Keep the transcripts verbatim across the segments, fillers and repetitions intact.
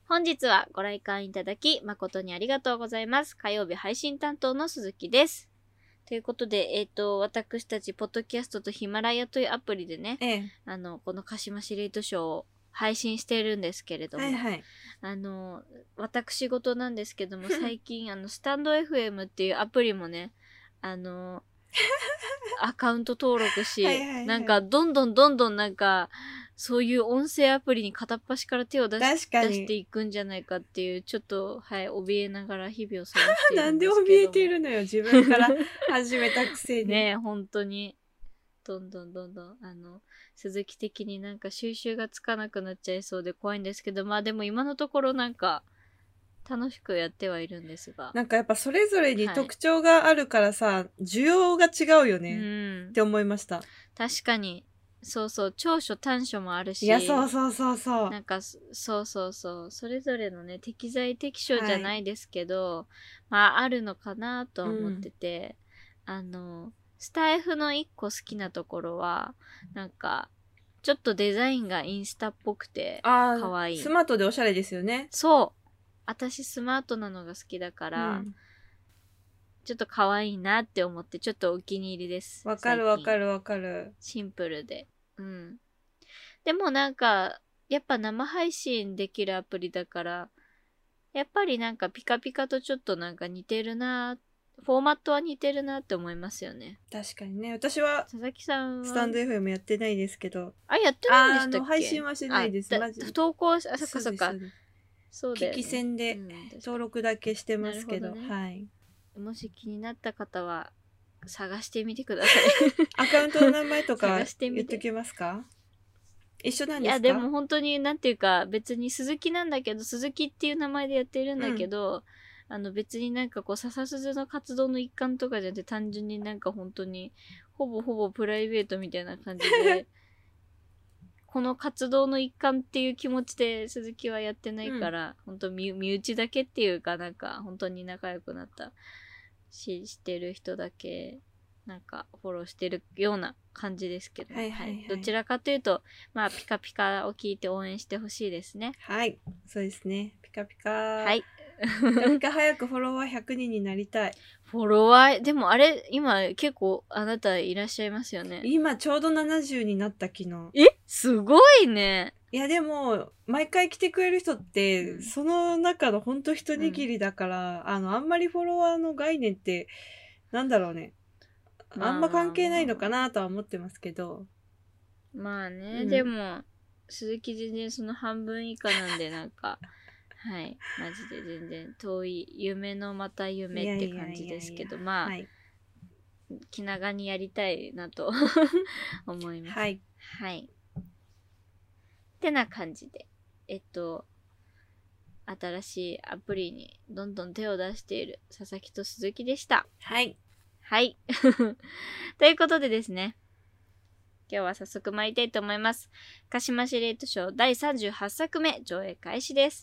本日はご来館いただき誠にありがとうございます。火曜日配信担当の鈴木です。ということで、えっと、私たちポッドキャストとヒマラヤというアプリでね、 ええ、 あのこの鹿島司令塔ショーを配信しているんですけれども、 はいはい、 あの私事なんですけども、最近あのスタンド エフエム っていうアプリもね、あのアカウント登録し、 はいはいはい、 なんかどんどんどんどんなんかそういう音声アプリに片っ端から手を出し、出していくんじゃないかっていう、ちょっとはい怯えながら日々を過ごしているんですけども。 なんで怯えているのよ、自分から始めたくせに。 ねえ、本当にどんどんどんどんあの鈴木的になんか収集がつかなくなっちゃいそうで怖いんですけど、まあでも今のところなんか楽しくやってはいるんですが、 なんかやっぱそれぞれに特徴があるからさ、はい、需要が違うよね、うん、って思いました。 確かにそうそう、長所短所もあるし、 いやそうそうそうそう、 なんかそうそうそう、それぞれのね適材適所じゃないですけど、はい、まああるのかなとは思ってて、うん、あのスタイフの一個好きなところはなんかちょっとデザインがインスタっぽくて可愛い。 スマートでおしゃれですよね。 そう、私スマートなのが好きだから、うん、ちょっと可愛いなって思ってちょっとお気に入りです。 わかるわかるわかる。 シンプルで、うん。でもなんかやっぱ生配信できるアプリだからやっぱりなんかピカピカとちょっとなんか似てるな、フォーマットは似てるなって思いますよね。 確かにね。私は佐々木さんはスタンド エフエム やってないですけど。 あ、やってないんでしたっけ？ あの配信はしてないです。マジ投稿、あ、そっかそっか。 そうだよね。聞き戦で登録だけしてますけど、どね、はい。 もし気になった方は探してみてください。 アカウントの名前とか言っときますか？一緒なんですか？ いやでも本当になんていうか、別に鈴木なんだけど、鈴木っていう名前でやってるんだけど、うん、あの別になんかこう笹鈴の活動の一環とかじゃなくて、単純になんか本当にほぼほぼプライベートみたいな感じでこの活動の一環っていう気持ちで鈴木はやってないから、うん、本当身身内だけっていうか、なんか本当に仲良くなったししてる人だけなんかフォローしてるような感じですけど、はいはいはいはい、どちらかというとまあピカピカを聞いて応援してほしいですね。 はい、そうですね。ピカピカ、 はいピカピカ早くフォロワーひゃくにんになりたい。 フォロワーでもあれ今結構あなたいらっしゃいますよね。 今ちょうどななじゅうになった昨日。 え、すごいね。 いやでも毎回来てくれる人って、うん、その中のほんと一握りだから、うん、あのあんまりフォロワーの概念ってなんだろうね、まあ、あんま関係ないのかなとは思ってますけど、 まあね、うん、でも鈴木全然その半分以下なんでなんかはい、マジで全然遠い夢のまた夢って感じですけど、まあ、はい、気長にやりたいなと思います。 はい。 はい。ってな感じで、えっと、新しいアプリにどんどん手を出している佐々木と鈴木でした。 はい。 はい。ということでですね、今日は早速参りたいと思います。鹿島司令塔ショーだいさんじゅうはっさくめ上映開始です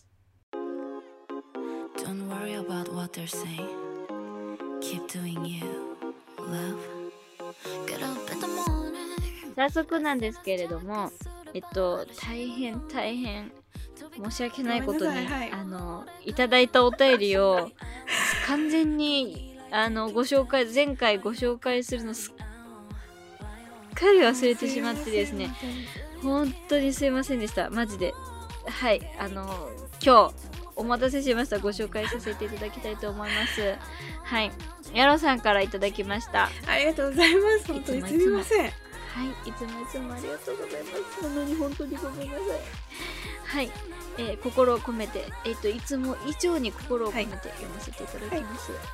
。Don't worry about what they're saying. Keep doing you, love. Get up in the morning. 早速なんですけれども、えっと大変大変申し訳ないことに、はい、あのいただいたお便りを完全にあのご紹介前回ご紹介するのすっかり忘れてしまってですね、本当にすいませんでした。マジで。はい、あの今日お待たせしました。ご紹介させていただきたいと思います。はい、ヤロさんからいただきました。 ありがとうございます。本当にすみません。はい、 いつもいつもありがとうございます。なのに本当にごめんなさい。はい、えー、心を込めて、えっといつも以上に心を込めて読ませていただきます。はい、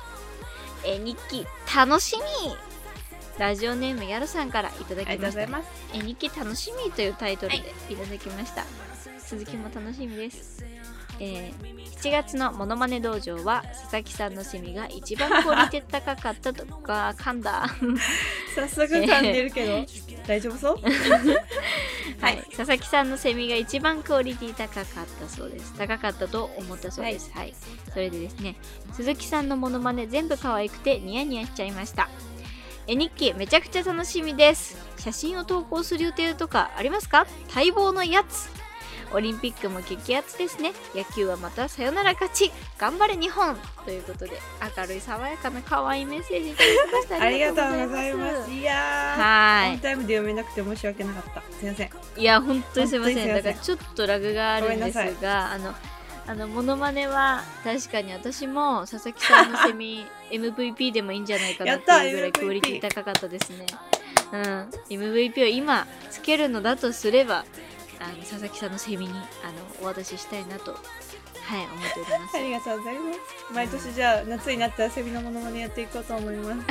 えー、日記楽しみ。ラジオネームやるさんからいただきました。ありがとうございます。えー、日記楽しみというタイトルでいただきました。はい、続きも楽しみです。えー、しちがつのモノマネ道場は佐々木さんのセミが一番クオリティ高かったとか噛んだ早速噛んでるけど、えー、大丈夫そうはい、佐々木さんのセミが一番クオリティ高かったそうです。高かったと思ったそうです。はい、はい、それでですね、鈴木さんのモノマネ全部可愛くてニヤニヤしちゃいました。え日記めちゃくちゃ楽しみです。写真を投稿する予定とかありますか？待望のやつ。 オリンピックも激アツですね。野球はまたさよなら勝ち。頑張れ日本ということで、明るい爽やかな可愛いメッセージいただきました。 ありがとうございます。いやー、オンタイムで読めなくて申し訳なかった。すいません。 いや、本当にすいません。だからちょっとラグがあるんですが、あの、あの、モノマネは確かに私も佐々木さんのセミ エムブイピー でもいいんじゃないかなっていうぐらいクオリティ高かったですね。うん。エムブイピー を今つけるのだとすれば、あの佐々木さんのセミにあのお渡ししたいなと、はい、思っております。 ありがとうございます。毎年じゃあ夏になったらセミのモノマネやっていこうと思います。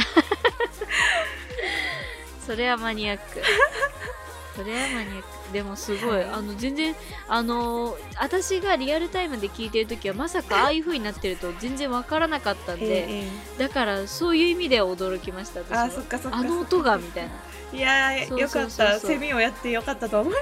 それはマニアック。それはマニアック。でもすごい、はい、あの全然あの私がリアルタイムで聞いてる時はまさかああいう風になってると全然わからなかったんで、えー、だからそういう意味では驚きました。私はあ、そっかそっか。 あの音がみたいな。 いやー、よかった。セミをやってよかったと思います。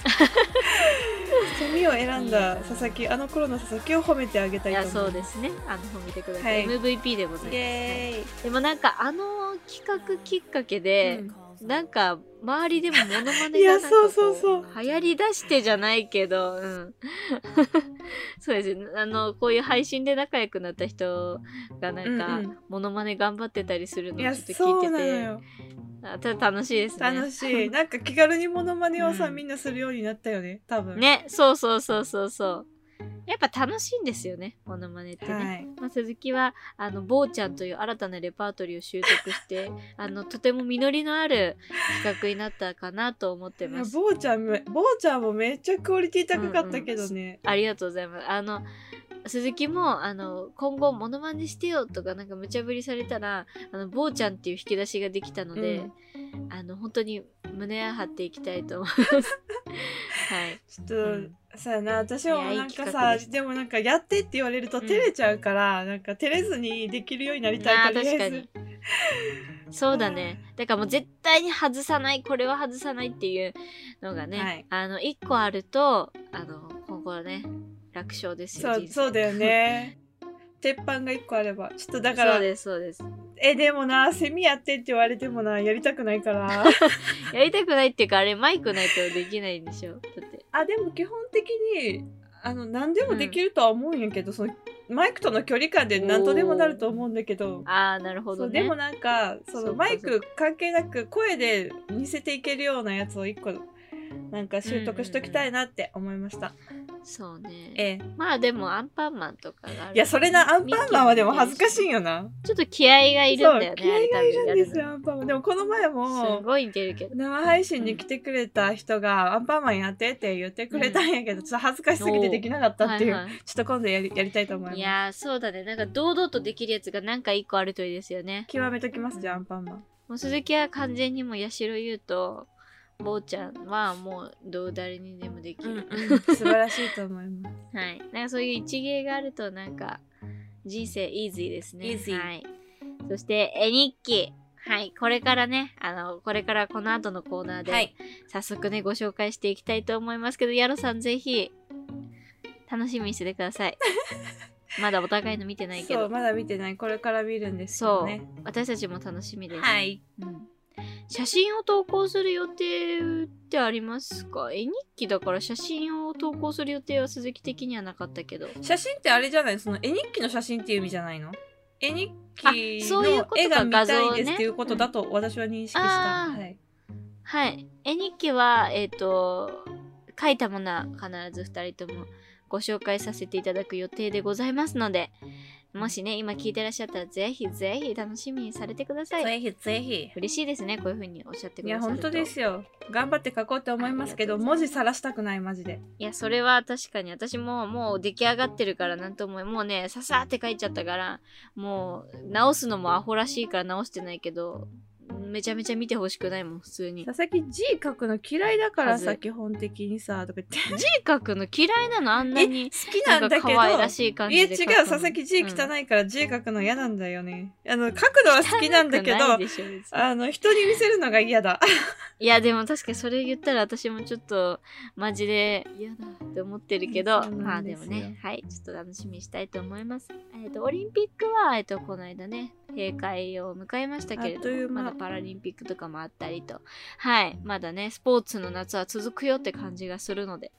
セミを選んだ佐々木、あの頃の佐々木を褒めてあげたいと思います。 いや、そうですね。あの褒めてください。はい、エムブイピー でございます。イエーイ。でもなんかあの企画きっかけで、うん、なんか周りでもモノマネがなんかこうそうそうそう流行りだしてじゃないけど、うん、そうですね。あのこういう配信で仲良くなった人がなんか、うんうん、モノマネ頑張ってたりするのをちょっと聞いてて。あ、ただ楽しいですね。 楽しい。なんか気軽にモノマネをさ、うん、みんなするようになったよね、多分。 ね、そうそうそうそうそう。やっぱ楽しいんですよね、モノマネってね。はい、まあ、鈴木はあの坊ちゃんという新たなレパートリーを習得してあのとても実りのある企画になったかなと思ってます。 坊ちゃんも坊ちゃんもめっちゃクオリティ高かったけどね。 うんうん、ありがとうございます。あの鈴木もあの今後モノマネしてよとかなんか無茶ぶりされたらあの坊ちゃんっていう引き出しができたので、うん、あの本当に胸を張っていきたいと思います。はい。 ちょっと、うん、そうやな、私もなんかさ、で, でもなんかやってって言われると照れちゃうから、うん、なんか照れずにできるようになりたいとりあえず。確かに。 そうだね。だからもう絶対に外さない、これは外さないっていうのがね、はい、あのいっこあるとあの今後ね。楽勝ですよ。 そう、そうだよね。鉄板がいっこあれば。ちょっとだからそうですそうです。 えでもな、セミやってって言われてもな、やりたくないからやりたくないっていうか、あれマイクないとできないんでしょ。だってあ、でも基本的にあの何でもできるとは思うんやけど、うん、そのマイクとの距離感で何とでもなると思うんだけど。 あー、なるほどね。 でもなんかそのマイク関係なく声で似せていけるようなやつをいっこなんか習得しときたいなって思いました。 うんうんうん、そうね。 ええ。 まあでもアンパンマンとかがある。 いや、それな、アンパンマンはでも恥ずかしいよな。 ちょっと気合がいるんだよね。 気合がいるんですよ、アンパンマン。でもこの前も、 すごい似てるけど。 生配信に来てくれた人が、アンパンマンやってって言ってくれたんやけど、うん、ちょっと恥ずかしすぎてできなかったっていう。はいはい、ちょっと今度やりやりたいと思います。 いやー、そうだね。なんか堂々とできるやつがなんか一個あるといいですよね。 極めときますじゃあ、アンパンマン。もう鈴木は完全にもう八代優と、坊ちゃんはもうどう誰にでもできる、 うんうん、素晴らしいと思います。 はい、なんかそういう一芸があるとなんか人生イージーですね。 イージー。 はい。そして絵日記、はい、これからね、あのこれからこの後のコーナーで、はい、早速ねご紹介していきたいと思いますけど、ヤロさんぜひ楽しみにしててください。まだお互いの見てないけど。 そう、まだ見てない。これから見るんですけどね。 そう、私たちも楽しみです。 はい。 うん、写真を投稿する予定ってありますか？絵日記だから写真を投稿する予定は鈴木的にはなかったけど。 写真ってあれじゃない？その絵日記の写真っていう意味じゃないの？絵日記の絵が見たいですっていうことだと私は認識した。はい。 はい。絵日記は、えっと、書いたものは必ずふたりともご紹介させていただく予定でございますので、もしね、今聞いてらっしゃったら、ぜひぜひ楽しみにされてください。 ぜひぜひ。 嬉しいですね、こういう風におっしゃってくださると。いや、 本当ですよ。頑張って書こうと思いますけど、文字さらしたくない、マジで。 いや、それは確かに、私ももう出来上がってるから、なんとも、もうね、ささーって書いちゃったから、もう、直すのもアホらしいから直してないけど、めちゃめちゃ見てほしくないもん、普通に。 佐々木 G 書くの嫌いだからさ、基本的にさ、とか言って。 G 書くの嫌いなの？あんなに好きなんだけど。可愛らしい感じで書くの。 いや違う、佐々木 G 汚いから G 書くの嫌なんだよね。うん、あの、書くのは好きなんだけど、あの、人に見せるのが嫌だ。 いや、でも確かにそれ言ったら私もちょっと、マジで嫌だって思ってるけど、まあでもね、はい、ちょっと楽しみにしたいと思います。えっと、オリンピックは、えっと、この間ね、閉会を迎えましたけれども、まだパラリンピックとかもあったりと、はい、まだね、スポーツの夏は続くよって感じがするので、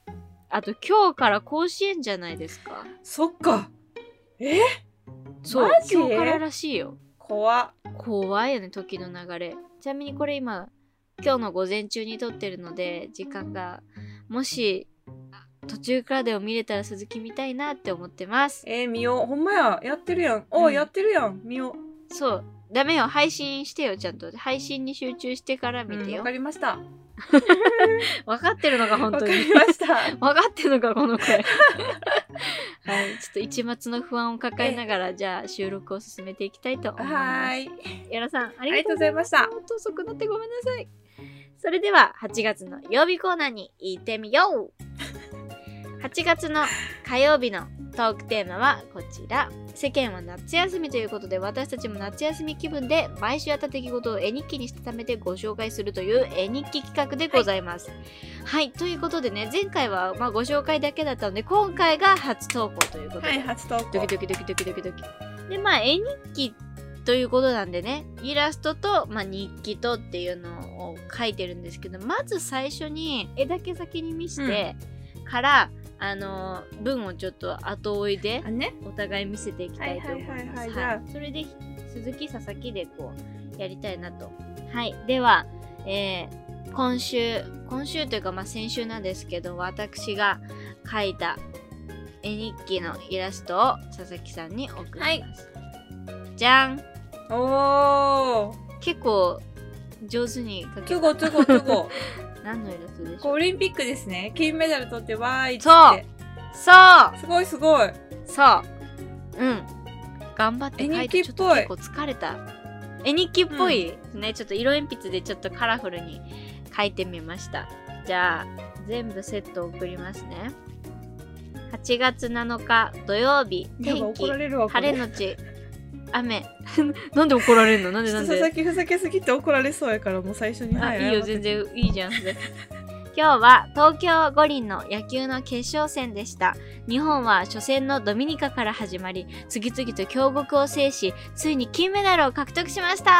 あと今日から甲子園じゃないですか。 そっか。えそう、 マジ今日かららしいよ。 怖っ。 怖いよね、時の流れ。ちなみにこれ今、今日の午前中に撮ってるので、時間が、もし、途中からでも見れたら鈴木見たいなって思ってます。 えー、見よう。ほんまや。やってるやん。お、うん、やってるやん。見よう。そう。ダメよ。配信してよ、ちゃんと。配信に集中してから見てよ。わ、 うん、かりました。 分かってるのか、本当に。 わかりました。 分かってるのか、この声。はい。ちょっと一末の不安を抱えながら、じゃあ収録を進めていきたいと思います。 はい。 やらさん、 ありがとうございました。 もっと遅くなってごめんなさい。それでは、はちがつの曜日コーナーに行ってみよう。はちがつの火曜日のトークテーマはこちら。世間は夏休みということで、私たちも夏休み気分で毎週あった出来事を絵日記にしたためてご紹介するという絵日記企画でございます。はい、はい、ということでね、前回はまあご紹介だけだったので、今回が初投稿ということで。 はい、初投稿。 ドキドキドキドキドキドキ。で、まあ絵日記ということなんでね、イラストと、まあ、日記とっていうのを書いてるんですけど、まず最初に絵だけ先に見して、うん、から、あの文をちょっと後追いでお互い見せていきたいと思います。それで鈴木佐々木でこうやりたいなと。はい。では、えー、今週今週というかまあ先週なんですけど、私が描いた絵日記のイラストを佐々木さんに送ります。はい、じゃん。 おー。 結構上手に描けた。 トゥゴトゥゴトゥゴ。 何のイラストでしょう。 オリンピックですね。金メダル取ってわーいって。 そうそうすごいすごい。 そううん頑張って描いて、ちょっと結構疲れた。絵日記っぽいですね、うん、ちょっと色鉛筆でちょっとカラフルに描いてみました。じゃあ全部セット送りますね。はちがつなのか土曜日、天気晴れのち雨。なんで怒られるの？なんでなんで？ 佐々木ふざけすぎて怒られそうやからもう最初に。 あ、いいよ、全然いいじゃん。今日は東京五輪の野球の決勝戦でした。日本は初戦のドミニカから始まり、次々と強国を制し、ついに金メダルを獲得しました。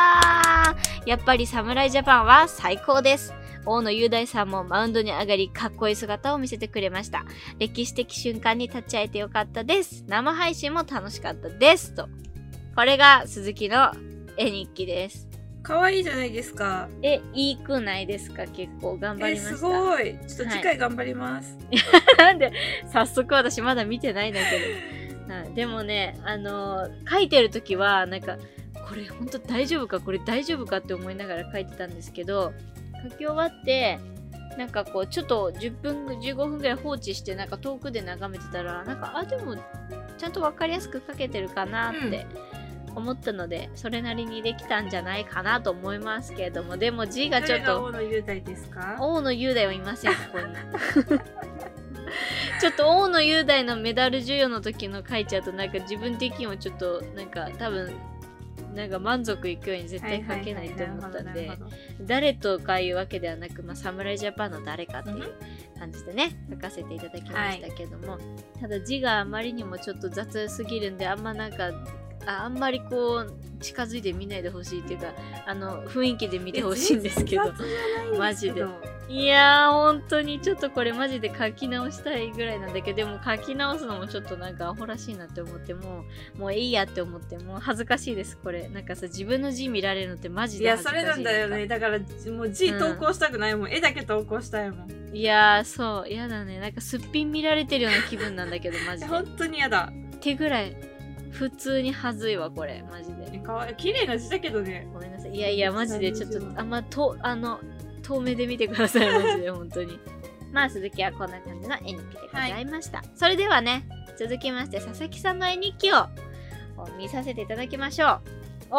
やっぱり侍ジャパンは最高です。大野雄大さんもマウンドに上がり、かっこいい姿を見せてくれました。歴史的瞬間に立ち会えてよかったです。生配信も楽しかったです。と。これが鈴木の絵日記です。 可愛いじゃないですか。 え、いいくないですか？結構頑張りました。 え、すごい。ちょっと次回頑張ります。 はい、なんで、早速私まだ見てないんだけど。はい、でもね、あのー、書いてるときは、なんか、これ本当大丈夫かこれ大丈夫かって思いながら書いてたんですけど、書き終わって、なんかこう、ちょっとじゅっぷん、じゅうごふんぐらい放置して、なんか遠くで眺めてたら、なんか、あ、でも、ちゃんとわかりやすく書けてるかなって。うん、思ったので、それなりにできたんじゃないかなと思いますけれども、でも字がちょっと。 大野雄大ですか？ 大野雄大はいません、ここに。ちょっと大野雄大のメダル授与の時の書いちゃうと、なんか自分的にもちょっと、なんか多分、なんか満足いくように絶対書けないと思ったんで、誰とかいうわけではなく、まあ、侍ジャパンの誰かっていう感じでね、書かせていただきましたけども、はい、ただ字があまりにもちょっと雑すぎるんで、あんまなんか、あ, あんまりこう近づいて見ないでほしいっていうか、あの雰囲気で見てほしいんですけど、マジで。いやー本当にちょっとこれマジで書き直したいぐらいなんだけど、でも書き直すのもちょっとなんかアホらしいなって思って、もうもういいやって思って、もう恥ずかしいです。これなんかさ、自分の字見られるのってマジで恥ずかしい。 いやそれなんだよね。だからもう字投稿したくないもん、うん、絵だけ投稿したいもん。 いやーそうやだね。なんかすっぴん見られてるような気分なんだけどマジで。 本当にやだ。 ってぐらい普通にはずいわこれマジで。 かわいい、綺麗な字だけどね。 ごめんなさい。いやいやマジでちょっとあんまとあの遠目で見てくださいマジで本当に。まあ鈴木はこんな感じの絵日記でございました。はい、それではね、続きまして佐々木さんの絵日記を見させていただきましょう。お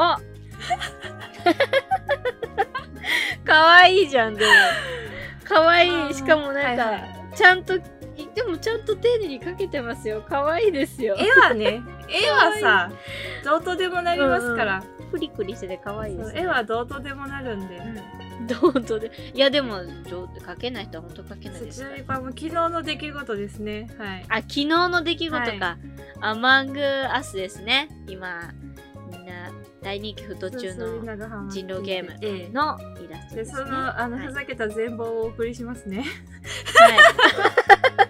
かわいいじゃん。でもかわいい。しかもなんか、はいはい、ちゃんとでもちゃんと丁寧に描けてますよ。可愛いですよ。 絵はね、絵はさ、どうとでもなりますから。 うんうん、クリクリしてて可愛いです、ね。 絵はどうとでもなるんで。 うん、どうとで。いやでも描けない人は本当描けないですから。 そちらに昨日の出来事ですね。はい。 あ、昨日の出来事か。はい、アマングアスですね。今みんな大人気沸騰中の人狼ゲームのイラストですね。 でそのあの、はい、ふざけた全貌をお送りしますね。 はい。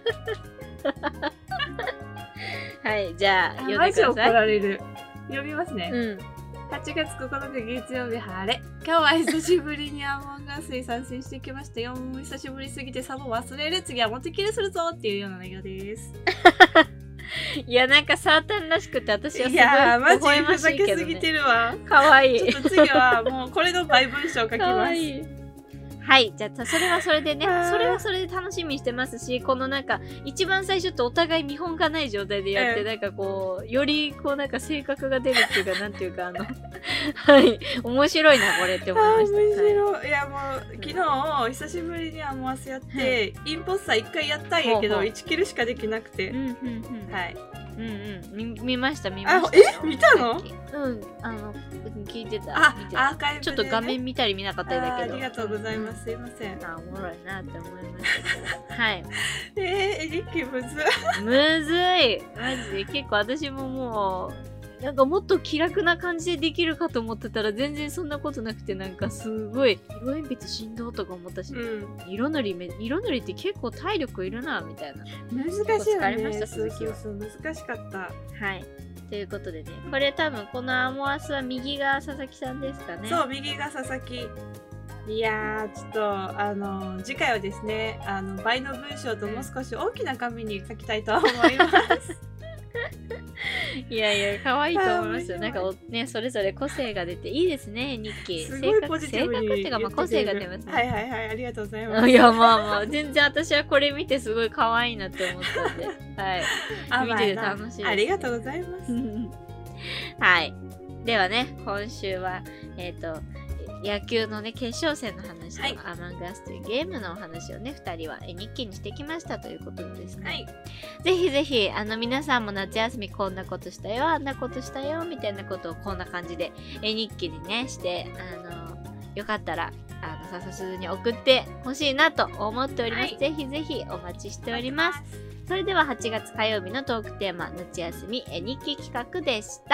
はい、じゃあ、読んでマジ怒ください。 られる。読みますね。 うん。 はちがつここのか月曜日晴れ。今日は久しぶりにアンモンガースに参戦してきましたよ。久しぶりすぎてサボ忘れる。次はモテキルするぞっていうような内容です。 いや、なんかサータンらしくて私はすごいいやー、マジ微笑まふざしいけどね。 けすぎてるわ。 かわいい。 ちょっと次はもうこれの倍文章書きかます。 わいい。はい。じゃあ、それはそれでね、 あーそれはそれで楽しみにしてますし、このなんか、一番最初ってお互い見本がない状態でやって、 うんなんかこう、よりこうなんか性格が出るっていうか、なんていうか、あの、はい。面白いな、これって思いあー、面ました。はい白い。いや、もう昨日久しぶりにアンモアスやって、インポスター一回やったんやけど、 ほうほういちキルしかできなくて。 うんうんうん。 はい。 うんうん。見見ました、見ましたあよ。 え見たのさっきうん。あの、聞いてた。 あ見て、たアーカイブで、ね。 ちょっと画面見たり見なかったりだけど。 あーありがとうございます。すいません。 あ、おもろいなって思いました。はい。 えー、エリッキむず。 むずいマジで結構私ももうなんかもっと気楽な感じでできるかと思ってたら全然そんなことなくてなんかすごい色鉛筆しんどとか思ったし、 うん。 色塗りめ色塗りって結構体力いるなみたいな。 難しいよ疲れまね。 したそう鈴木はそうそう難しかった。 はいということでねこれ多分このアモアスは右が佐々木さんですかね。 そう右が佐々木。いやーちょっとあの次回はですねあの倍の文章ともう少し大きな紙に書きたいと思います。 いやいや可愛いと思いますよ。 あーなんかおねそれぞれ個性が出ていいですね日記。 すごいポジティブに性格っていうかまあ個性が出ますね。 はいはいはいありがとうございます。 いやまあまあ全然私はこれ見てすごい可愛いなって思ったんではいあ見てて楽しいです、ね、 ありがとうございます。 はいではね今週はえっ、ー、と野球のね決勝戦の話と、 はい、 アマンガスというゲームのお話をねふたりは日記にしてきましたということですね、 はい、 ぜひぜひあの皆さんも夏休みこんなことしたよあんなことしたよみたいなことをこんな感じで絵日記にねしてあのよかったらあの笹鈴に送ってほしいなと思っております、はい、ぜひぜひお待ちしております。それでははちがつ火曜日のトークテーマ夏休み絵日記企画でした。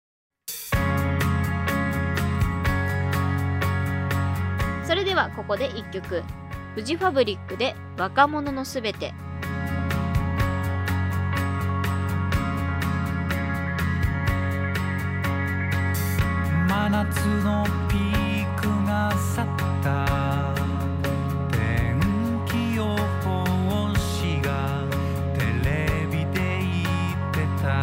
それではここでいっきょくフジファブリックで若者のすべて。 真夏のピークが去った天気予報士がテレビで言ってた。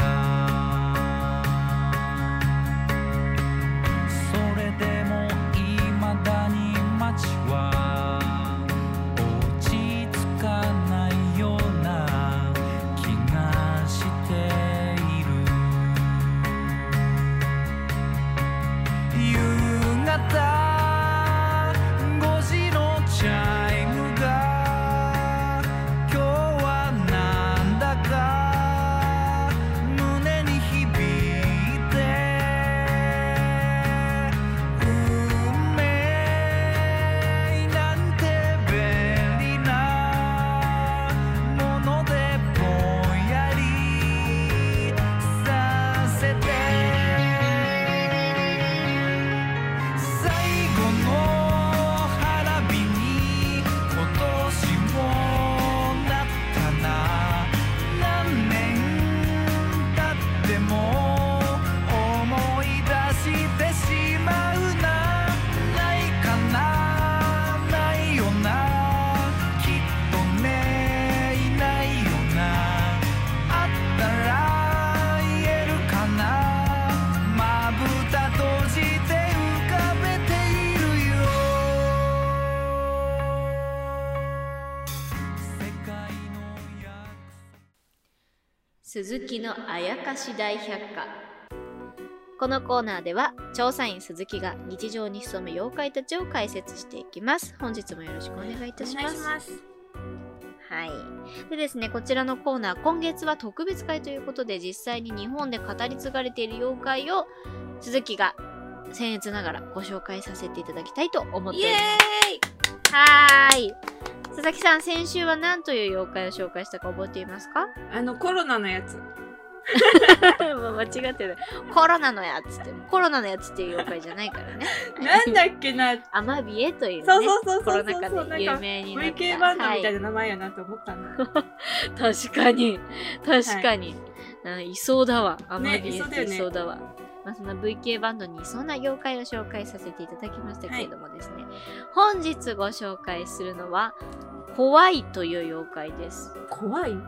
それでも未だに街は落ち着かないような気がしている。夕方ごじのチャイムが今日はなんだか胸に響いて運命なんて便利なものでぼんやりさせて最後の花火に今年もなったな。何年経っても思い出してしまうな。ないかなないよなきっとねいないよな。あったら言えるかな。まぶた閉じて浮かべているよ。世界の約鈴木のあやかし大百科。このコーナーでは調査員鈴木が日常に潜む妖怪たちを解説していきます。本日もよろしくお願いいたします。 お願いします。 はい。でですね、こちらのコーナー、今月は特別会ということで、実際に日本で語り継がれている妖怪を鈴木が僭越ながらご紹介させていただきたいと思っておりイエます。 ーイ。 はーい。佐々木さん、先週は何という妖怪を紹介したか覚えていますか？ あのコロナのやつ。 もう間違ってる。コロナのやつってコロナのやつっていう妖怪じゃないからね。 なんだっけな。 アマビエというね、 そうそうそうそうそう。 コロナ禍で有名になったブイケー バンドみたいな名前やなと思ったんだ。 はい、確かに確かに、はい、いそうだわ。アマビエっていそうだわ。ね、まあ、その ブイケー バンドにいそうな妖怪を紹介させていただきましたけれどもですね、はい、本日ご紹介するのは怖いという妖怪です。 怖い？うん。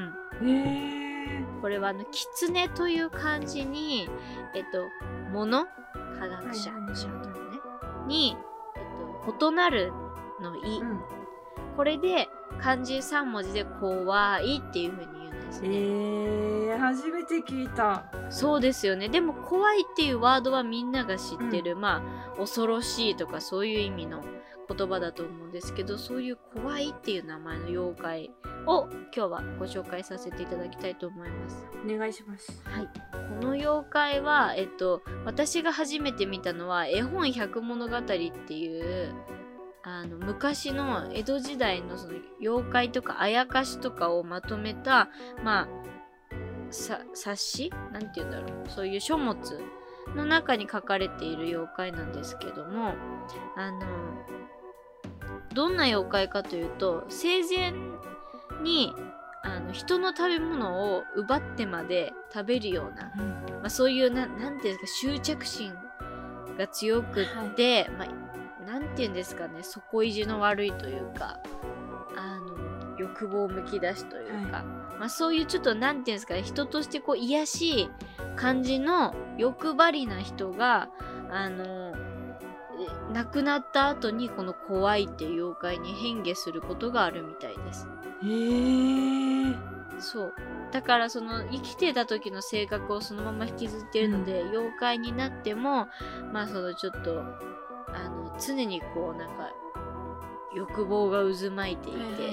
へー。 これはあの狐という漢字にえっと物科学者の者とねにえっと異なるのい、うん、これで漢字さん文字で怖いっていう風に言うんですね。 えー、初めて聞いた。 そうですよね。でも怖いっていうワードはみんなが知ってる、うん、まあ恐ろしいとかそういう意味の言葉だと思うんですけど、そういう怖いっていう名前の妖怪を今日はご紹介させていただきたいと思います。 お願いします。 はい。この妖怪はえっと私が初めて見たのは絵本百物語っていうあの昔の江戸時代のその妖怪とかあやかしとかをまとめたまあさ冊子なんて言うんだろう、そういう書物の中に書かれている妖怪なんですけども、あのどんな妖怪かというと、生前にあの人の食べ物を奪ってまで食べるような、うんまあ、そういうななんていうんですか、執着心が強くって、はい、まあ、なんていうんですかね、底意地の悪いというか、あの欲望むき出しというか、はい、まあ、そういうちょっとなんていうんですかね、人としてこう癒やしい感じの欲張りな人があの亡くなった後にこの怖いっていう妖怪に変化することがあるみたいです。 へー。 そうだからその生きてた時の性格をそのまま引きずってるので、うん、妖怪になってもまあそのちょっとあの常にこうなんか欲望が渦巻いていて、はいはいはい、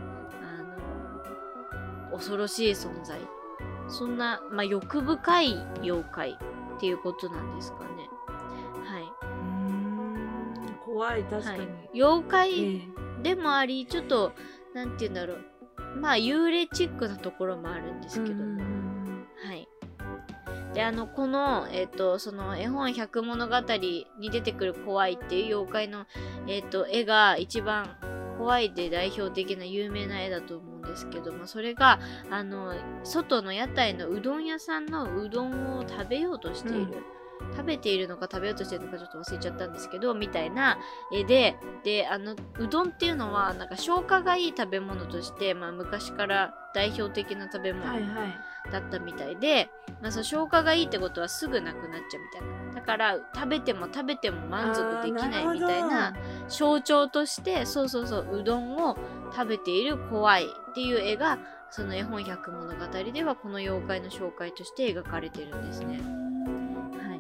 あの恐ろしい存在、そんな、まあ、欲深い妖怪っていうことなんですかね。はい。 うーん、怖い、確かに、はい、 妖怪でもあり、えー、ちょっとなんて言うんだろう、まあ幽霊チックなところもあるんですけども、はい。で、あのこのえっ、ー、とその絵本百物語に出てくる怖いっていう妖怪のえっ、ー、と絵が一番怖いで代表的な有名な絵だと思うんですけども、それがあの外の屋台のうどん屋さんのうどんを食べようとしている、うん、食べているのか食べようとしているのかちょっと忘れちゃったんですけどみたいな絵で、であのうどんっていうのはなんか消化がいい食べ物として、まあ、昔から代表的な食べ物だったみたいで、はいはい、まあ、その消化がいいってことはすぐなくなっちゃうみたいな、だから食べても食べても満足できないみたいな象徴として、そうそうそう、うどんを食べている怖いっていう絵がその絵本百物語ではこの妖怪の紹介として描かれているんですね。はい。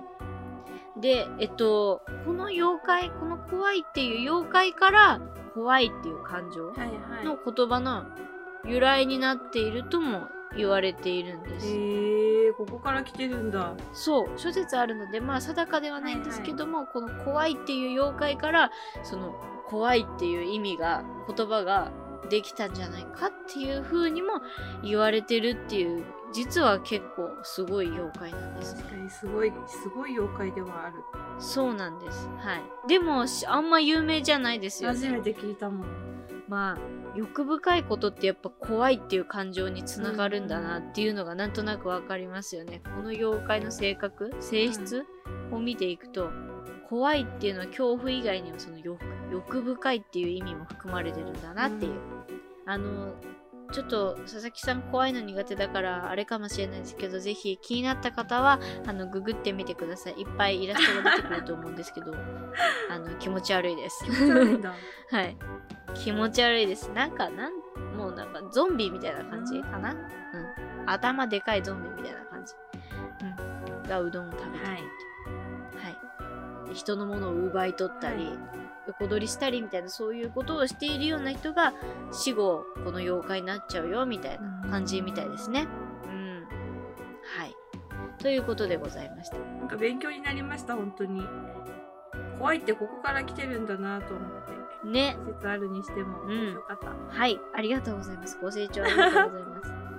で、えっとこの妖怪、この怖いっていう妖怪から怖いっていう感情の言葉の由来になっているとも言われているんです。 へえ、ここから来てるんだ。 そう、諸説あるのでまあ定かではないんですけども、はいはい、この怖いっていう妖怪からその怖いっていう意味が、言葉ができたんじゃないかっていう風にも言われてるっていう、実は結構すごい妖怪なんです。 確かにすごいすごい妖怪ではある。 そうなんです。はい。でもあんま有名じゃないですよね。 初めて聞いたもん。 まあ欲深いことってやっぱ怖いっていう感情につながるんだなっていうのがなんとなくわかりますよね。この妖怪の性格、性質を見ていくと、怖いっていうのは恐怖以外にもその 欲, 欲深いっていう意味も含まれてるんだなっていう、うん、あのちょっと佐々木さん怖いの苦手だからあれかもしれないですけど、ぜひ気になった方はあのググってみてください。いっぱいイラストが出てくると思うんですけどあの気持ち悪いです。 気持ち悪いんだはい、気持ち悪いです。なんかなんもうなんかゾンビみたいな感じかな、うん、頭でかいゾンビみたいな感じ、うん、がうどんを食べてるって、はいはい、人のものを奪い取ったり、はい、横取りしたりみたいな、そういうことをしているような人が死後この妖怪になっちゃうよみたいな感じみたいですね。うん、はい。ということでございました。 なんか勉強になりました、本当に。怖いってここから来てるんだなと思って。 ね。 説あるにしても面白かった、 うん。はい、ありがとうございます。ご清聴ありがとうございます。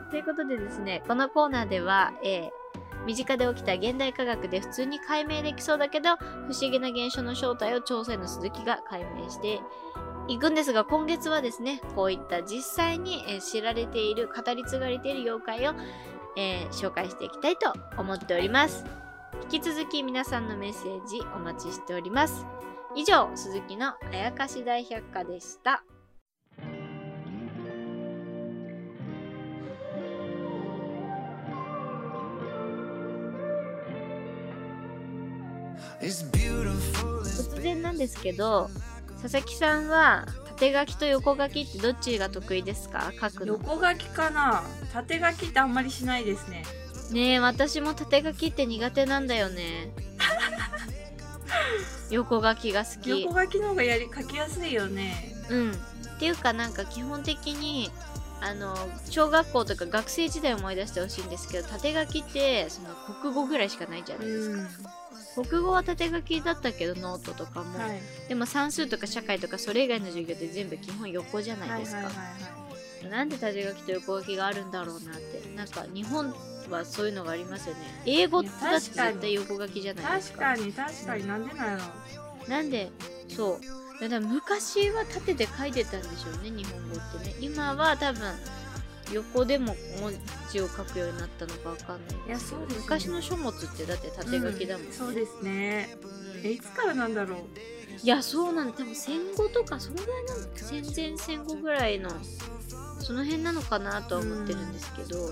ということでですね、このコーナーでは、えー、身近で起きた現代科学で普通に解明できそうだけど不思議な現象の正体を調査員の鈴木が解明していくんですが、今月はですね、こういった実際に、えー、知られている、語り継がれている妖怪を、えー、紹介していきたいと思っております。引き続き皆さんのメッセージお待ちしております。以上、鈴木のあやかし大百科でした。突然なんですけど、佐々木さんは縦書きと横書きってどっちが得意ですか？書くの。 横書きかな。縦書きってあんまりしないですね。 ねえ、私も縦書きって苦手なんだよね。横書きが好き。 横書きの方がやり書きやすいよね。 うん。っていうかなんか基本的にあの小学校とか学生時代を思い出してほしいんですけど、縦書きってその国語ぐらいしかないじゃないですか。うん、国語は縦書きだったけどノートとかも、はい、でも算数とか社会とかそれ以外の授業って全部基本横じゃないですか。なんで縦書きと横書きがあるんだろうなって。なんか日本はそういうのがありますよね。英語だって絶対横書きじゃないですか。 確かに確かに、なんでなの。 なんでそうだから昔は縦で書いてたんでしょうね、日本語ってね。今は多分横でも文字を書くようになったのかわかんないですけど。いや、そうですね、昔の書物ってだって縦書きだもんね。 うん、そうですね。え、いつからなんだろう。 いや、そうなんだ。多分戦後とかそのぐらいなの、戦前戦後ぐらいのその辺なのかなとは思ってるんですけど、うん、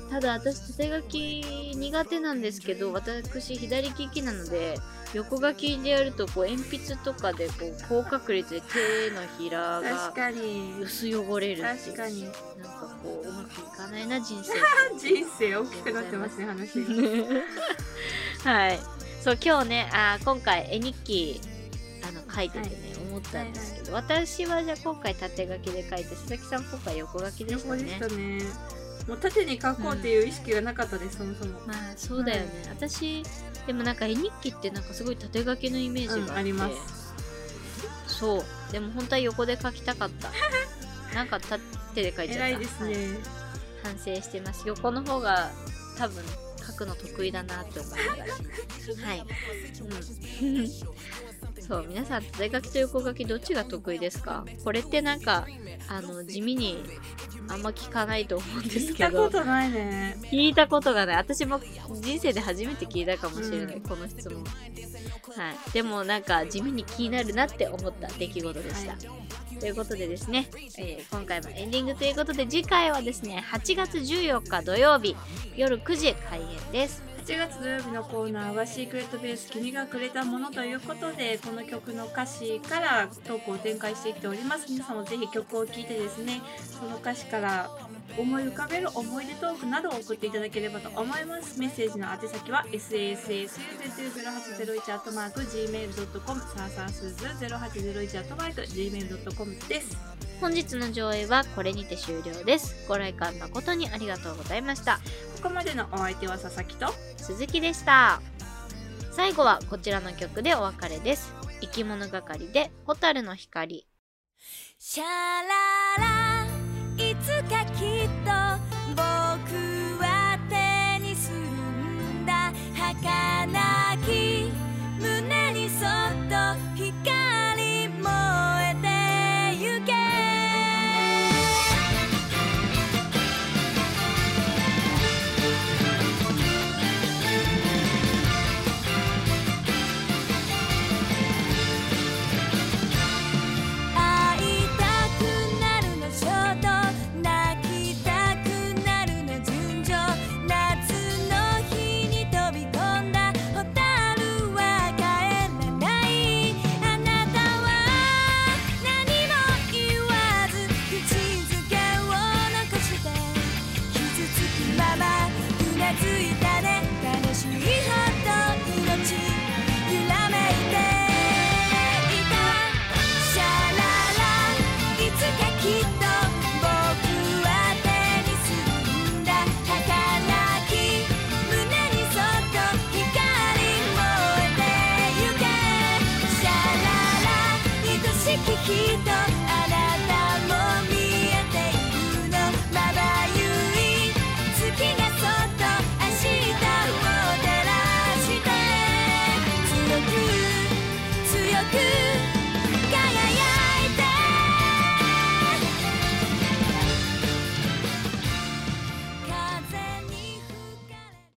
ただ私縦書き苦手なんですけど、私左利きなので横書きでやるとこう鉛筆とかでこう高確率で手のひらが薄汚れるっていう。確かに。なんかこううまくいかないな人生。 人生大きくなってますね、話。 はい。そう今日ね、あ今回絵日記あの書いててね、はい、思ったんですけど、はいはい、私はじゃあ今回縦書きで書いて、佐々木さん今回横書きでしたね。 横でしたね。もう縦に書こうっていう意識がなかったです、うん、そもそも。 まあそうだよね、はい、私でもなんか絵日記ってなんかすごい縦書きのイメージがあって、うん、 あります。 そうでも本当は横で書きたかったなんか縦で書いちゃった。 偉いですね、はい、 反省してます。横の方が多分書くの得意だなって思いながらはい、うん、そう皆さん縦書きと横書きどっちが得意ですか？これってなんかあの地味にあんま聞かないと思うんですけど。 聞いたことないね。 聞いたことがない。私も人生で初めて聞いたかもしれない、うん、この質問。はい。でもなんか地味に気になるなって思った出来事でした。はい、ということでですね、えー、今回もエンディングということで、次回はですねはちがつじゅうよっか土曜日夜くじ開演です。 はちがつ土曜日のコーナーはシークレットベース君がくれたものということで、この曲の歌詞からトークを展開していっております。皆さんもぜひ曲を聴いてですね、その歌詞から思い浮かべる思い出トークなどを送っていただければと思います。メッセージの宛先は エスエスエスユーゼロゼロはちゼロいち アットマーク ジーメールドットコム サーサースーズゼロはちゼロいち アットマーク ジーメールドットコム です。 本日の上映はこれにて終了です。ご来館誠にありがとうございました。 ここまでのお相手は佐々木と鈴木でした。最後はこちらの曲でお別れです。生き物係で蛍の光。 シャララいつかきっと僕は手にするんだ。儚き胸にそっと光燃えてゆけ。ままうなずい